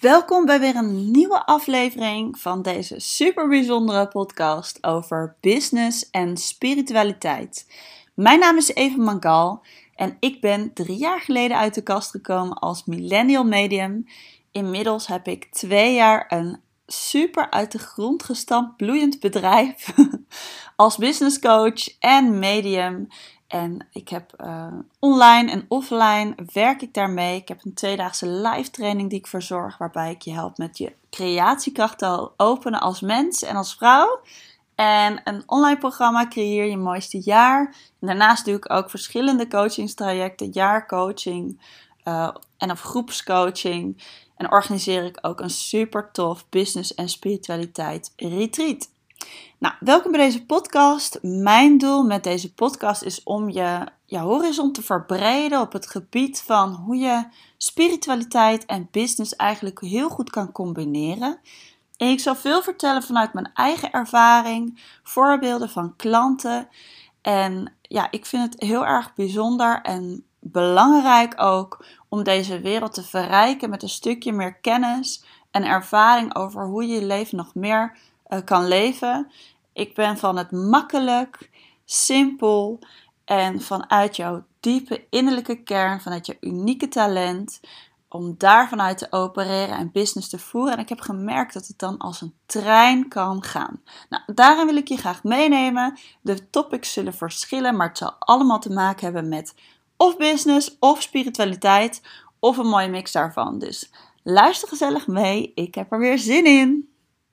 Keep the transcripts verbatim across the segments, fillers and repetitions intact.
Welkom bij weer een nieuwe aflevering van deze super bijzondere podcast over business en spiritualiteit. Mijn naam is Eva Mangal en ik ben drie jaar geleden uit de kast gekomen als millennial medium. Inmiddels heb ik twee jaar een super uit de grond gestampt bloeiend bedrijf als business coach en medium. En ik heb uh, online en offline werk ik daarmee. Ik heb een tweedaagse live training die ik verzorg, waarbij ik je help met je creatiekracht te openen als mens en als vrouw. En een online programma Creëer je mooiste jaar. En daarnaast doe ik ook verschillende coachingstrajecten, jaarcoaching uh, en of groepscoaching. En organiseer ik ook een super tof business en spiritualiteit retreat. Nou, welkom bij deze podcast. Mijn doel met deze podcast is om je, je horizon te verbreden op het gebied van hoe je spiritualiteit en business eigenlijk heel goed kan combineren. En ik zal veel vertellen vanuit mijn eigen ervaring, voorbeelden van klanten. En ja, ik vind het heel erg bijzonder en belangrijk ook om deze wereld te verrijken met een stukje meer kennis en ervaring over hoe je je leven nog meer uh, kan leven. Ik ben van het makkelijk, simpel en vanuit jouw diepe innerlijke kern, vanuit je unieke talent, om daar vanuit te opereren en business te voeren. En ik heb gemerkt dat het dan als een trein kan gaan. Nou, daarin wil ik je graag meenemen. De topics zullen verschillen, maar het zal allemaal te maken hebben met of business of spiritualiteit of een mooie mix daarvan. Dus luister gezellig mee. Ik heb er weer zin in.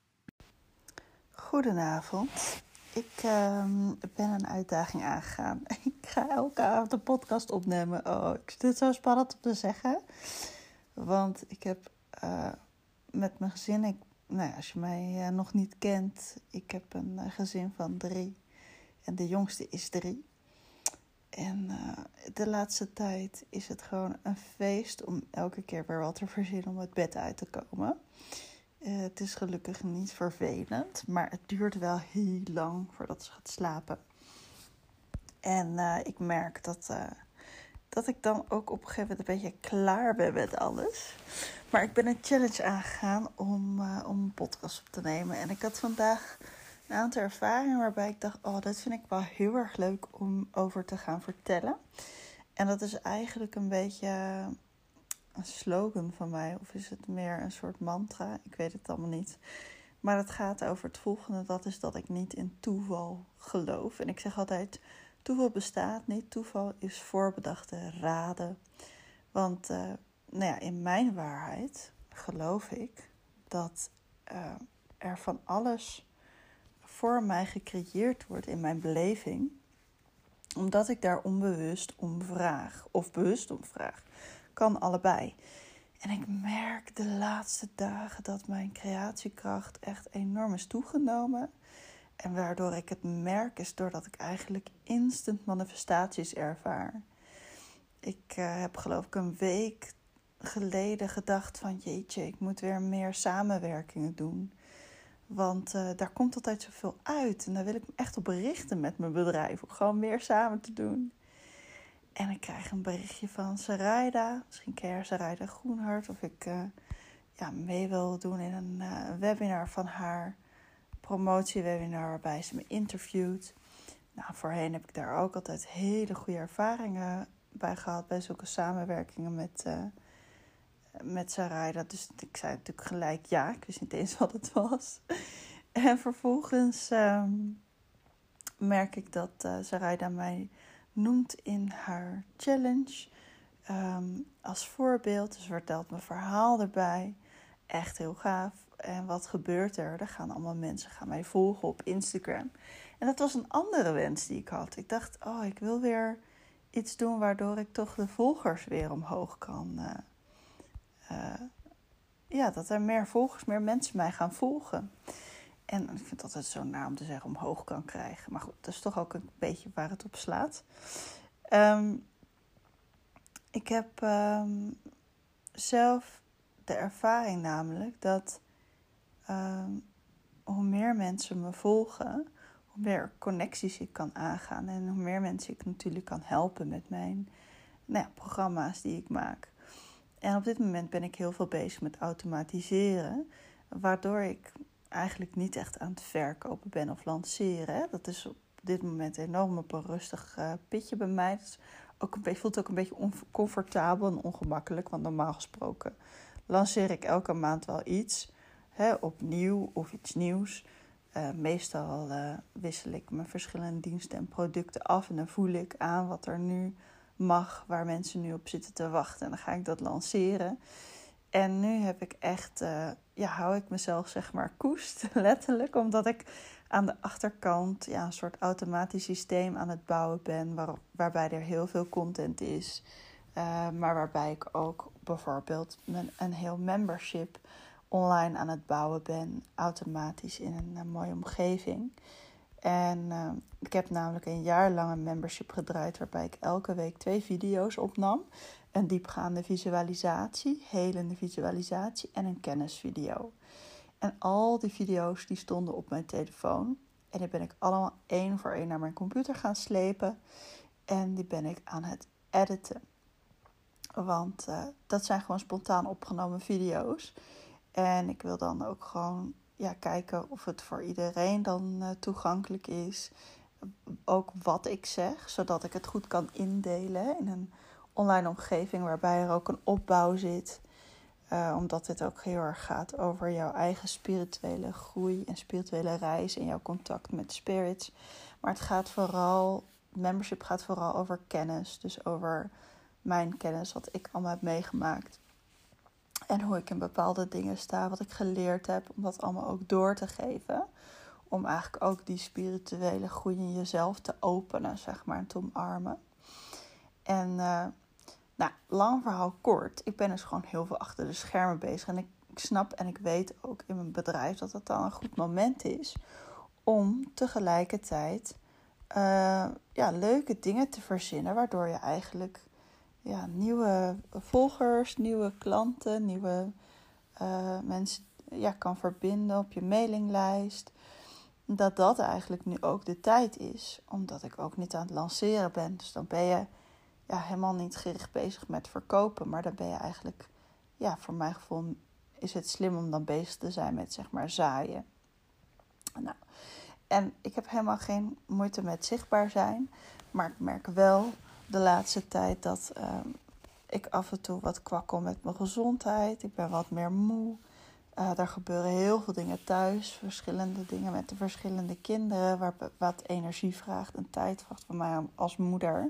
Goedenavond. Ik uh, ben een uitdaging aangegaan. Ik ga elke avond een podcast opnemen. Oh, ik vind het zo spannend om te zeggen. Want ik heb uh, met mijn gezin... Ik, nou ja, als je mij uh, nog niet kent... Ik heb een uh, gezin van drie. En de jongste is drie. En uh, de laatste tijd is het gewoon een feest... om elke keer weer wat te verzinnen om uit bed uit te komen... Uh, het is gelukkig niet vervelend, maar het duurt wel heel lang voordat ze gaat slapen. En uh, ik merk dat, uh, dat ik dan ook op een gegeven moment een beetje klaar ben met alles. Maar ik ben een challenge aangegaan om, uh, om een podcast op te nemen. En ik had vandaag een aantal ervaringen waarbij ik dacht, oh, dat vind ik wel heel erg leuk om over te gaan vertellen. En dat is eigenlijk een beetje... een slogan van mij, of is het meer een soort mantra? Ik weet het allemaal niet. Maar het gaat over het volgende, dat is dat ik niet in toeval geloof. En ik zeg altijd, toeval bestaat niet. Toeval is voorbedachte raden. Want uh, nou ja, in mijn waarheid geloof ik dat uh, er van alles voor mij gecreëerd wordt in mijn beleving. Omdat ik daar onbewust om vraag, of bewust om vraag. Kan allebei. En ik merk de laatste dagen dat mijn creatiekracht echt enorm is toegenomen. En waardoor ik het merk is doordat ik eigenlijk instant manifestaties ervaar. Ik uh, heb geloof ik een week geleden gedacht van jeetje, ik moet weer meer samenwerkingen doen. Want uh, daar komt altijd zoveel uit. En daar wil ik me echt op richten met mijn bedrijf. Om gewoon meer samen te doen. En ik krijg een berichtje van Sarayda. Misschien ken je Sarayda Groenhart. Of ik uh, ja, mee wil doen in een uh, webinar van haar. Promotiewebinar waarbij ze me interviewt. Nou, voorheen heb ik daar ook altijd hele goede ervaringen bij gehad. Bij zulke samenwerkingen met, uh, met Sarayda. Dus ik zei natuurlijk gelijk ja. Ik wist niet eens wat het was. En vervolgens um, merk ik dat uh, Sarayda mij... noemt in haar challenge um, als voorbeeld. Dus vertelt mijn verhaal erbij. Echt heel gaaf. En wat gebeurt er? Er gaan allemaal mensen gaan mij volgen op Instagram. En dat was een andere wens die ik had. Ik dacht, oh, ik wil weer iets doen waardoor ik toch de volgers weer omhoog kan. Uh, uh, ja, dat er meer volgers, meer mensen mij gaan volgen. En ik vind het altijd zo naar om te zeggen omhoog kan krijgen. Maar goed, dat is toch ook een beetje waar het op slaat. Um, ik heb um, zelf de ervaring namelijk dat um, hoe meer mensen me volgen, hoe meer connecties ik kan aangaan. En hoe meer mensen ik natuurlijk kan helpen met mijn nou ja, programma's die ik maak. en op dit moment ben ik heel veel bezig met automatiseren. Waardoor ik eigenlijk niet echt aan het verkopen ben of lanceren. Hè. Dat is op dit moment enorm op een rustig uh, pitje bij mij. Het ook een beetje, voelt ook een beetje oncomfortabel en ongemakkelijk. Want normaal gesproken lanceer ik elke maand wel iets. Hè, opnieuw of iets nieuws. Uh, meestal uh, wissel ik mijn verschillende diensten en producten af. En dan voel ik aan wat er nu mag, waar mensen nu op zitten te wachten. En dan ga ik dat lanceren. En nu heb ik echt, uh, ja, hou ik mezelf zeg maar koest, letterlijk. Omdat ik aan de achterkant ja, een soort automatisch systeem aan het bouwen ben. Waar, waarbij er heel veel content is. Uh, maar waarbij ik ook bijvoorbeeld een, een heel membership online aan het bouwen ben. Automatisch in een, een mooie omgeving. En uh, ik heb namelijk een jaar lang een membership gedraaid waarbij ik elke week twee video's opnam. Een diepgaande visualisatie, helende visualisatie en een kennisvideo. En al die video's die stonden op mijn telefoon. En die ben ik allemaal één voor één naar mijn computer gaan slepen. En die ben ik aan het editen. Want uh, dat zijn gewoon spontaan opgenomen video's. En ik wil dan ook gewoon ja, kijken of het voor iedereen dan uh, toegankelijk is. Ook wat ik zeg, zodat ik het goed kan indelen in een online omgeving waarbij er ook een opbouw zit. Uh, omdat dit ook heel erg gaat over jouw eigen spirituele groei en spirituele reis en jouw contact met spirits. Maar het gaat vooral, membership gaat vooral over kennis. Dus over mijn kennis, wat ik allemaal heb meegemaakt. En hoe ik in bepaalde dingen sta, wat ik geleerd heb, om dat allemaal ook door te geven. Om eigenlijk ook die spirituele groei in jezelf te openen, zeg maar, en te omarmen. En uh, nou, lang verhaal kort. Ik ben dus gewoon heel veel achter de schermen bezig. En ik, ik snap en ik weet ook in mijn bedrijf dat het dan een goed moment is om tegelijkertijd uh, ja, leuke dingen te verzinnen. Waardoor je eigenlijk ja, nieuwe volgers, nieuwe klanten, nieuwe uh, mensen ja, kan verbinden op je mailinglijst. Dat dat eigenlijk nu ook de tijd is. Omdat ik ook niet aan het lanceren ben. Dus dan ben je ja, helemaal niet gericht bezig met verkopen. Maar dan ben je eigenlijk, ja, voor mijn gevoel is het slim om dan bezig te zijn met zeg maar zaaien. Nou, en ik heb helemaal geen moeite met zichtbaar zijn. Maar ik merk wel de laatste tijd dat uh, ik af en toe wat kwakkel met mijn gezondheid. Ik ben wat meer moe. Uh, er gebeuren heel veel dingen thuis. Verschillende dingen met de verschillende kinderen. Waar, wat energie vraagt en tijd vraagt van mij als moeder.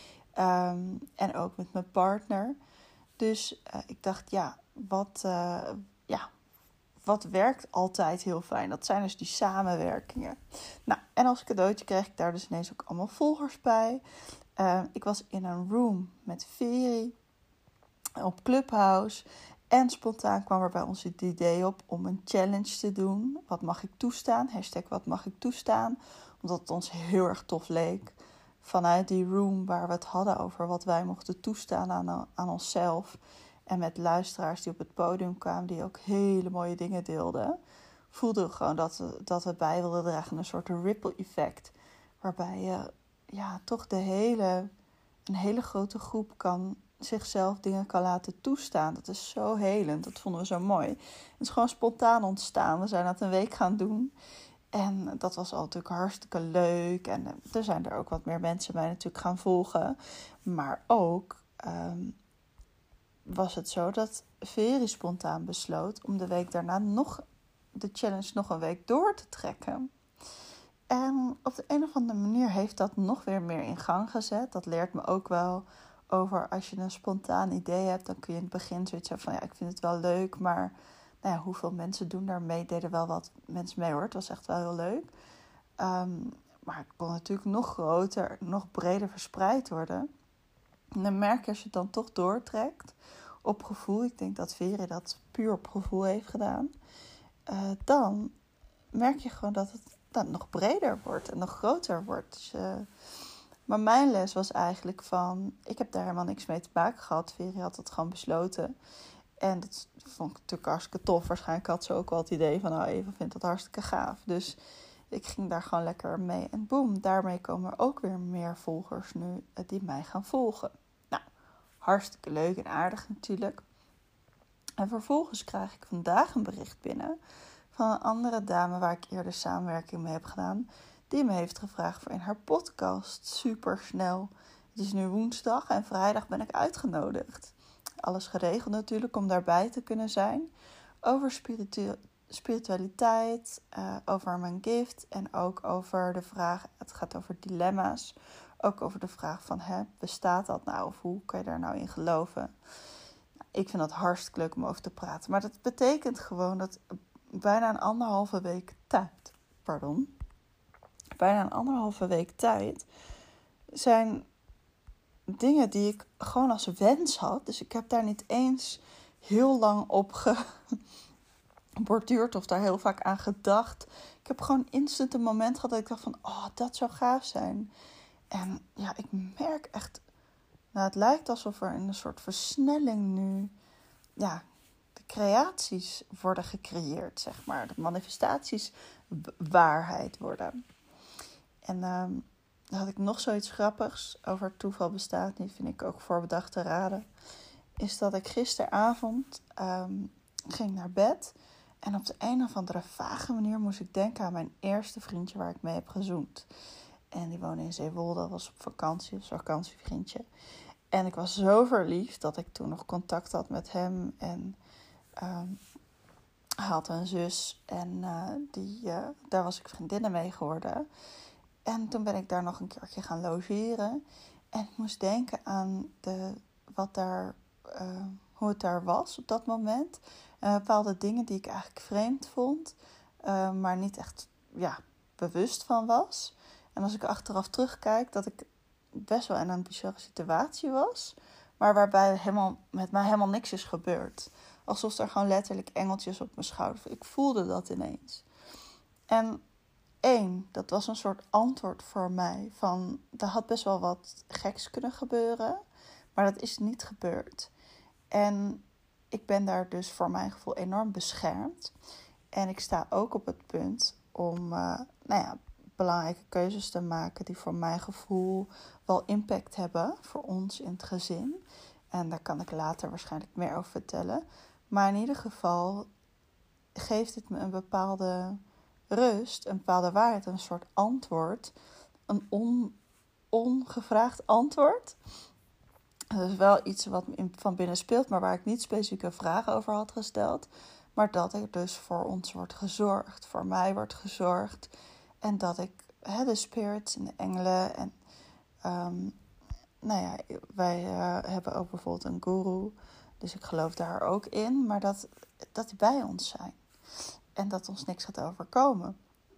Um, en ook met mijn partner. Dus uh, ik dacht, ja wat, uh, ja, wat werkt altijd heel fijn? Dat zijn dus die samenwerkingen. Nou, en als cadeautje kreeg ik daar dus ineens ook allemaal volgers bij. Uh, ik was in een room met Veri op Clubhouse. En spontaan kwam er bij ons het idee op om een challenge te doen. Wat mag ik toestaan? Hashtag wat mag ik toestaan? Omdat het ons heel erg tof leek. Vanuit die room waar we het hadden over wat wij mochten toestaan aan, aan onszelf. En met luisteraars die op het podium kwamen, die ook hele mooie dingen deelden. Voelden we gewoon dat we, dat we bij wilden dragen, een soort ripple effect. Waarbij je ja, toch de hele, een hele grote groep kan, zichzelf dingen kan laten toestaan. Dat is zo helend, dat vonden we zo mooi. Het is gewoon spontaan ontstaan. We zijn dat een week gaan doen. En dat was al natuurlijk hartstikke leuk. En er zijn er ook wat meer mensen mij natuurlijk gaan volgen. Maar ook um, was het zo dat Veri spontaan besloot om de week daarna nog de challenge nog een week door te trekken. En op de een of andere manier heeft dat nog weer meer in gang gezet. Dat leert me ook wel over als je een spontaan idee hebt. Dan kun je in het begin zoiets hebben van ja, ik vind het wel leuk, maar nou ja, hoeveel mensen doen daar mee? Deden wel wat mensen mee hoor. Het was echt wel heel leuk. Um, maar het kon natuurlijk nog groter, nog breder verspreid worden. En dan merk je als je het dan toch doortrekt op gevoel. Ik denk dat Veri dat puur op gevoel heeft gedaan. Uh, dan merk je gewoon dat het dan nog breder wordt en nog groter wordt. Dus, uh, maar mijn les was eigenlijk van, ik heb daar helemaal niks mee te maken gehad. Veri had het gewoon besloten. En dat vond ik natuurlijk hartstikke tof. Waarschijnlijk had ze ook wel het idee van, nou, Eva vindt dat hartstikke gaaf. Dus ik ging daar gewoon lekker mee. En boem, daarmee komen er ook weer meer volgers nu die mij gaan volgen. Nou, hartstikke leuk en aardig natuurlijk. En vervolgens krijg ik vandaag een bericht binnen van een andere dame waar ik eerder samenwerking mee heb gedaan, die me heeft gevraagd voor in haar podcast. Super snel. Het is nu woensdag en vrijdag ben ik uitgenodigd. Alles geregeld natuurlijk om daarbij te kunnen zijn. Over spiritu- spiritualiteit, uh, over mijn gift en ook over de vraag, het gaat over dilemma's. Ook over de vraag van, hè, bestaat dat nou of hoe kan je daar nou in geloven? Ik vind dat hartstikke leuk om over te praten. Maar dat betekent gewoon dat bijna een anderhalve week tijd, pardon, bijna een anderhalve week tijd zijn dingen die ik gewoon als wens had. Dus ik heb daar niet eens heel lang op geborduurd of daar heel vaak aan gedacht. Ik heb gewoon instant een moment gehad dat ik dacht van, oh, dat zou gaaf zijn. En ja, ik merk echt, nou, het lijkt alsof er in een soort versnelling nu, ja, de creaties worden gecreëerd, zeg maar. De manifestaties waarheid worden. En um, dan had ik nog zoiets grappigs over toeval bestaat niet, vind ik ook voor bedachte raden. Is dat ik gisteravond um, ging naar bed. En op de een of andere vage manier moest ik denken aan mijn eerste vriendje waar ik mee heb gezoend. En die woonde in Zeewolde, dat was op vakantie, dat was een vakantievriendje. En ik was zo verliefd dat ik toen nog contact had met hem. En um, hij had een zus en uh, die, uh, daar was ik vriendinnen mee geworden. En toen ben ik daar nog een keertje gaan logeren. En ik moest denken aan de, wat daar, uh, hoe het daar was op dat moment. En bepaalde dingen die ik eigenlijk vreemd vond. Uh, maar niet echt ja, bewust van was. En als ik achteraf terugkijk, dat ik best wel in een bizarre situatie was. Maar waarbij helemaal, met mij helemaal niks is gebeurd. Alsof er gewoon letterlijk engeltjes op mijn schouder. Ik voelde dat ineens. En één, dat was een soort antwoord voor mij. Van, er had best wel wat geks kunnen gebeuren. Maar dat is niet gebeurd. En ik ben daar dus voor mijn gevoel enorm beschermd. En ik sta ook op het punt om uh, nou ja, belangrijke keuzes te maken die voor mijn gevoel wel impact hebben voor ons in het gezin. En daar kan ik later waarschijnlijk meer over vertellen. Maar in ieder geval geeft het me een bepaalde rust, een bepaalde waarheid, een soort antwoord. Een on, ongevraagd antwoord. Dat is wel iets wat me van binnen speelt, maar waar ik niet specifieke vragen over had gesteld. Maar dat er dus voor ons wordt gezorgd, voor mij wordt gezorgd. En dat ik hè, de spirits en de engelen en um, nou ja, wij uh, hebben ook bijvoorbeeld een guru. Dus ik geloof daar ook in. Maar dat, dat die bij ons zijn. En dat ons niks gaat overkomen.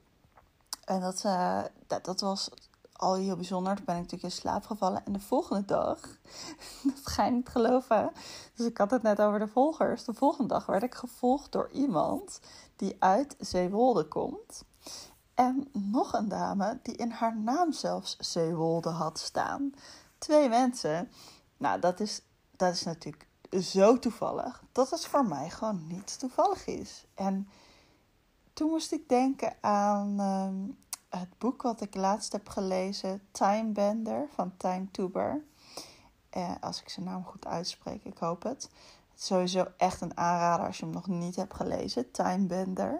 En dat, uh, dat, dat was al heel bijzonder. Toen ben ik natuurlijk in slaap gevallen. En de volgende dag, dat ga je niet geloven. Dus ik had het net over de volgers. De volgende dag werd ik gevolgd door iemand die uit Zeewolde komt. En nog een dame die in haar naam zelfs Zeewolde had staan. Twee mensen. Nou, dat is, dat is natuurlijk zo toevallig. Dat het voor mij gewoon niet toevallig is. En toen moest ik denken aan um, het boek wat ik laatst heb gelezen. Time Bender van Tijn Tuber. Eh, als ik zijn naam goed uitspreek, ik hoop het. Het is sowieso echt een aanrader als je hem nog niet hebt gelezen. Time Bender.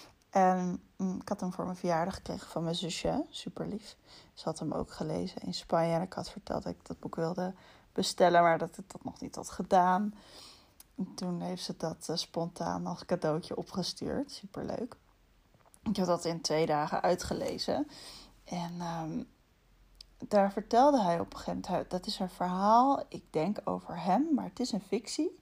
En mm, ik had hem voor mijn verjaardag gekregen van mijn zusje. Super lief. Ze had hem ook gelezen in Spanje. En ik had verteld dat ik dat boek wilde bestellen, maar dat ik dat nog niet had gedaan. En toen heeft ze dat uh, spontaan als cadeautje opgestuurd. Super leuk. Ik heb dat in twee dagen uitgelezen. En um, daar vertelde hij op een gegeven moment, dat is een verhaal, ik denk over hem, maar het is een fictie.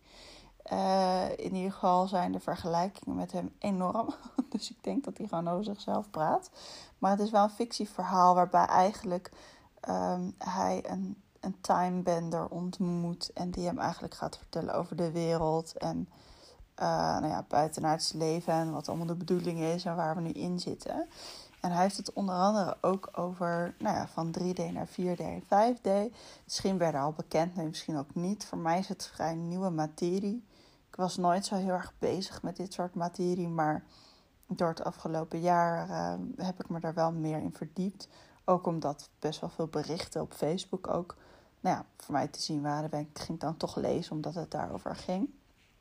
Uh, in ieder geval zijn de vergelijkingen met hem enorm. Dus ik denk dat hij gewoon over zichzelf praat. Maar het is wel een fictieverhaal waarbij eigenlijk um, hij een, een timebender ontmoet. En die hem eigenlijk gaat vertellen over de wereld. En uh, nou ja, buitenaards leven en wat allemaal de bedoeling is en waar we nu in zitten. En hij heeft het onder andere ook over nou ja, van drie D naar vier D en vijf D. Misschien werden al bekend, maar misschien ook niet. Voor mij is het vrij nieuwe materie. Ik was nooit zo heel erg bezig met dit soort materie, maar door het afgelopen jaar uh, heb ik me daar wel meer in verdiept. Ook omdat best wel veel berichten op Facebook ook nou ja, voor mij te zien waren. Ben ik ging dan toch lezen omdat het daarover ging.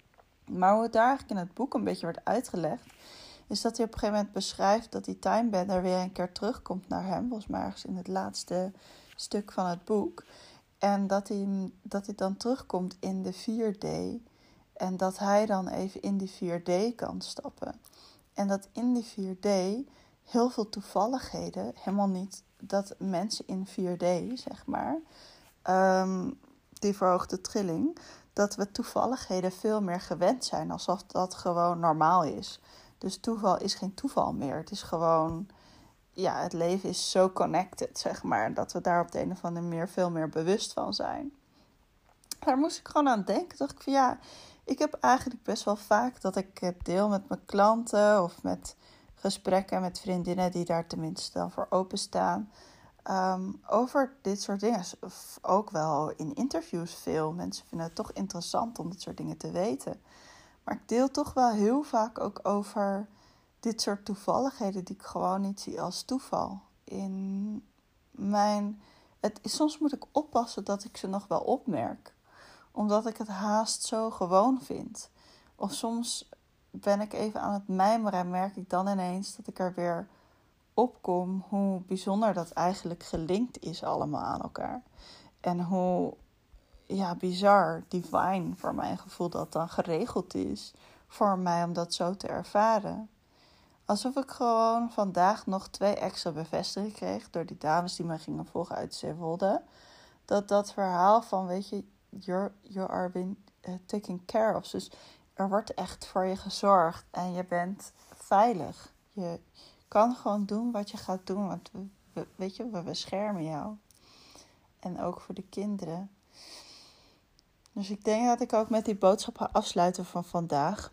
Maar hoe het daar eigenlijk in het boek een beetje wordt uitgelegd, is dat hij op een gegeven moment beschrijft dat die timebender weer een keer terugkomt naar hem. Volgens mij ergens in het laatste stuk van het boek. En dat hij, dat hij dan terugkomt in de vier D. En dat hij dan even in die vier D kan stappen. En dat in die vier D heel veel toevalligheden, helemaal niet dat mensen in vier D, zeg maar, um, die verhoogde trilling, dat we toevalligheden veel meer gewend zijn, alsof dat gewoon normaal is. Dus toeval is geen toeval meer. Het is gewoon, ja, het leven is zo connected, zeg maar, dat we daar op de een of andere manier veel meer bewust van zijn. Daar moest ik gewoon aan denken. Dacht ik van ja, ik heb eigenlijk best wel vaak dat ik het deel met mijn klanten of met gesprekken met vriendinnen die daar tenminste dan voor openstaan. Um, over dit soort dingen. Ook wel in interviews veel. Mensen vinden het toch interessant om dit soort dingen te weten. Maar ik deel toch wel heel vaak ook over dit soort toevalligheden die ik gewoon niet zie als toeval. In mijn... Het, soms moet ik oppassen dat ik ze nog wel opmerk. Omdat ik het haast zo gewoon vind. Of soms ben ik even aan het mijmeren en merk ik dan ineens dat ik er weer opkom hoe bijzonder dat eigenlijk gelinkt is allemaal aan elkaar. En hoe ja, bizar, divine voor mijn gevoel dat dan geregeld is voor mij om dat zo te ervaren. Alsof ik gewoon vandaag nog twee extra bevestigingen kreeg door die dames die me gingen volgen uit Zeewolde. Dat dat verhaal van, weet je, you're, you are being uh, taken care of. Dus er wordt echt voor je gezorgd en je bent veilig. Je kan gewoon doen wat je gaat doen, want we, we, weet je, we beschermen jou. En ook voor de kinderen. Dus ik denk dat ik ook met die boodschap ga afsluiten van vandaag.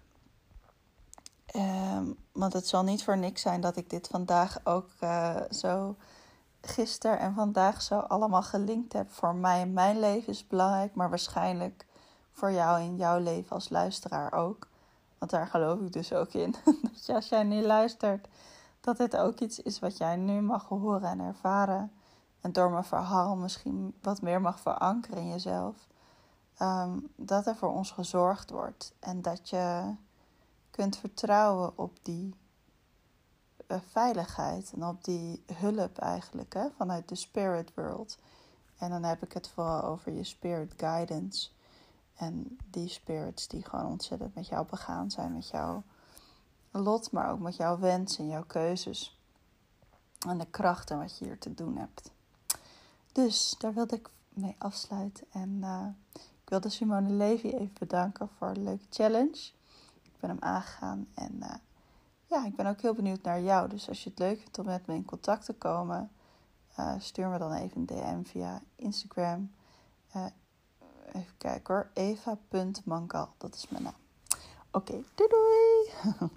Um, want het zal niet voor niks zijn dat ik dit vandaag ook uh, zo gisteren en vandaag zo allemaal gelinkt heb. Voor mij in mijn leven is belangrijk, maar waarschijnlijk voor jou in jouw leven als luisteraar ook. Want daar geloof ik dus ook in. Dus als jij nu luistert, dat dit ook iets is wat jij nu mag horen en ervaren. En door mijn verhaal misschien wat meer mag verankeren in jezelf. Um, dat er voor ons gezorgd wordt. En dat je kunt vertrouwen op die uh, veiligheid. En op die hulp eigenlijk. Hè, vanuit de spirit world. En dan heb ik het vooral over je spirit guidance. En die spirits die gewoon ontzettend met jou begaan zijn. Met jouw lot, maar ook met jouw wensen en jouw keuzes. En de krachten wat je hier te doen hebt. Dus daar wilde ik mee afsluiten. En uh, ik wilde Simone Levy even bedanken voor een leuke challenge. Ik ben hem aangegaan. En uh, ja, ik ben ook heel benieuwd naar jou. Dus als je het leuk vindt om met me in contact te komen, uh, stuur me dan even een D M via Instagram. Uh, even kijken hoor. eva punt mangal. Dat is mijn naam. Oké, okay, doei doei!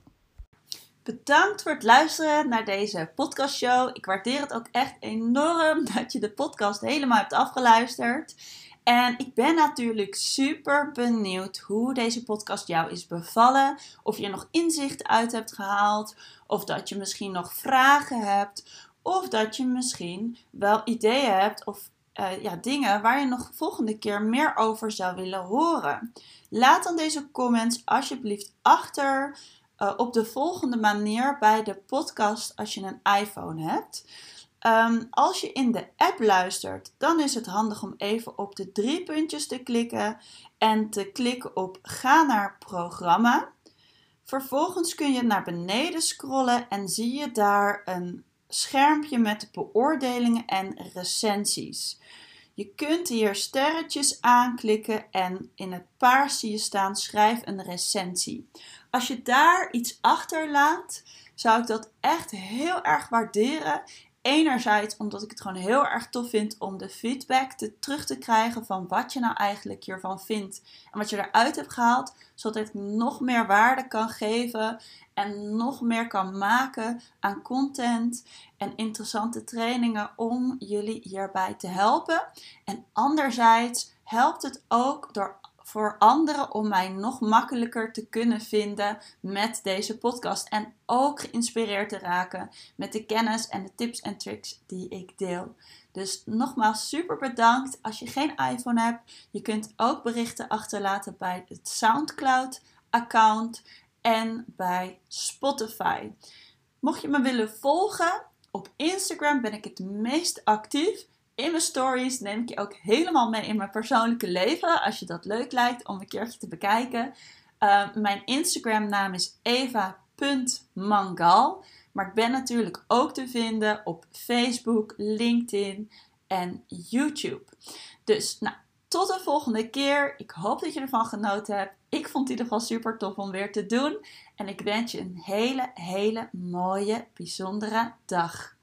Bedankt voor het luisteren naar deze podcastshow. Ik waardeer het ook echt enorm dat je de podcast helemaal hebt afgeluisterd. En ik ben natuurlijk super benieuwd hoe deze podcast jou is bevallen. Of je er nog inzichten uit hebt gehaald. Of dat je misschien nog vragen hebt. Of dat je misschien wel ideeën hebt of uh, ja, dingen waar je nog volgende keer meer over zou willen horen. Laat dan deze comments alsjeblieft achter. Uh, op de volgende manier bij de podcast als je een iPhone hebt. Um, als je in de app luistert, dan is het handig om even op de drie puntjes te klikken en te klikken op ga naar programma. Vervolgens kun je naar beneden scrollen en zie je daar een schermpje met beoordelingen en recensies. Je kunt hier sterretjes aanklikken en in het paars zie je staan schrijf een recensie. Als je daar iets achterlaat, zou ik dat echt heel erg waarderen. Enerzijds omdat ik het gewoon heel erg tof vind om de feedback te, terug te krijgen van wat je nou eigenlijk hiervan vindt. En wat je eruit hebt gehaald, zodat ik nog meer waarde kan geven en nog meer kan maken aan content en interessante trainingen om jullie hierbij te helpen. En anderzijds helpt het ook door voor anderen om mij nog makkelijker te kunnen vinden met deze podcast. En ook geïnspireerd te raken met de kennis en de tips en tricks die ik deel. Dus nogmaals super bedankt. Als je geen iPhone hebt, je kunt ook berichten achterlaten bij het SoundCloud account en bij Spotify. Mocht je me willen volgen, op Instagram ben ik het meest actief. In mijn stories neem ik je ook helemaal mee in mijn persoonlijke leven, als je dat leuk lijkt om een keertje te bekijken. Uh, mijn Instagram naam is eva punt mangal, maar ik ben natuurlijk ook te vinden op Facebook, LinkedIn en YouTube. Dus nou, tot de volgende keer. Ik hoop dat je ervan genoten hebt. Ik vond het in ieder geval super tof om weer te doen. En ik wens je een hele, hele mooie, bijzondere dag.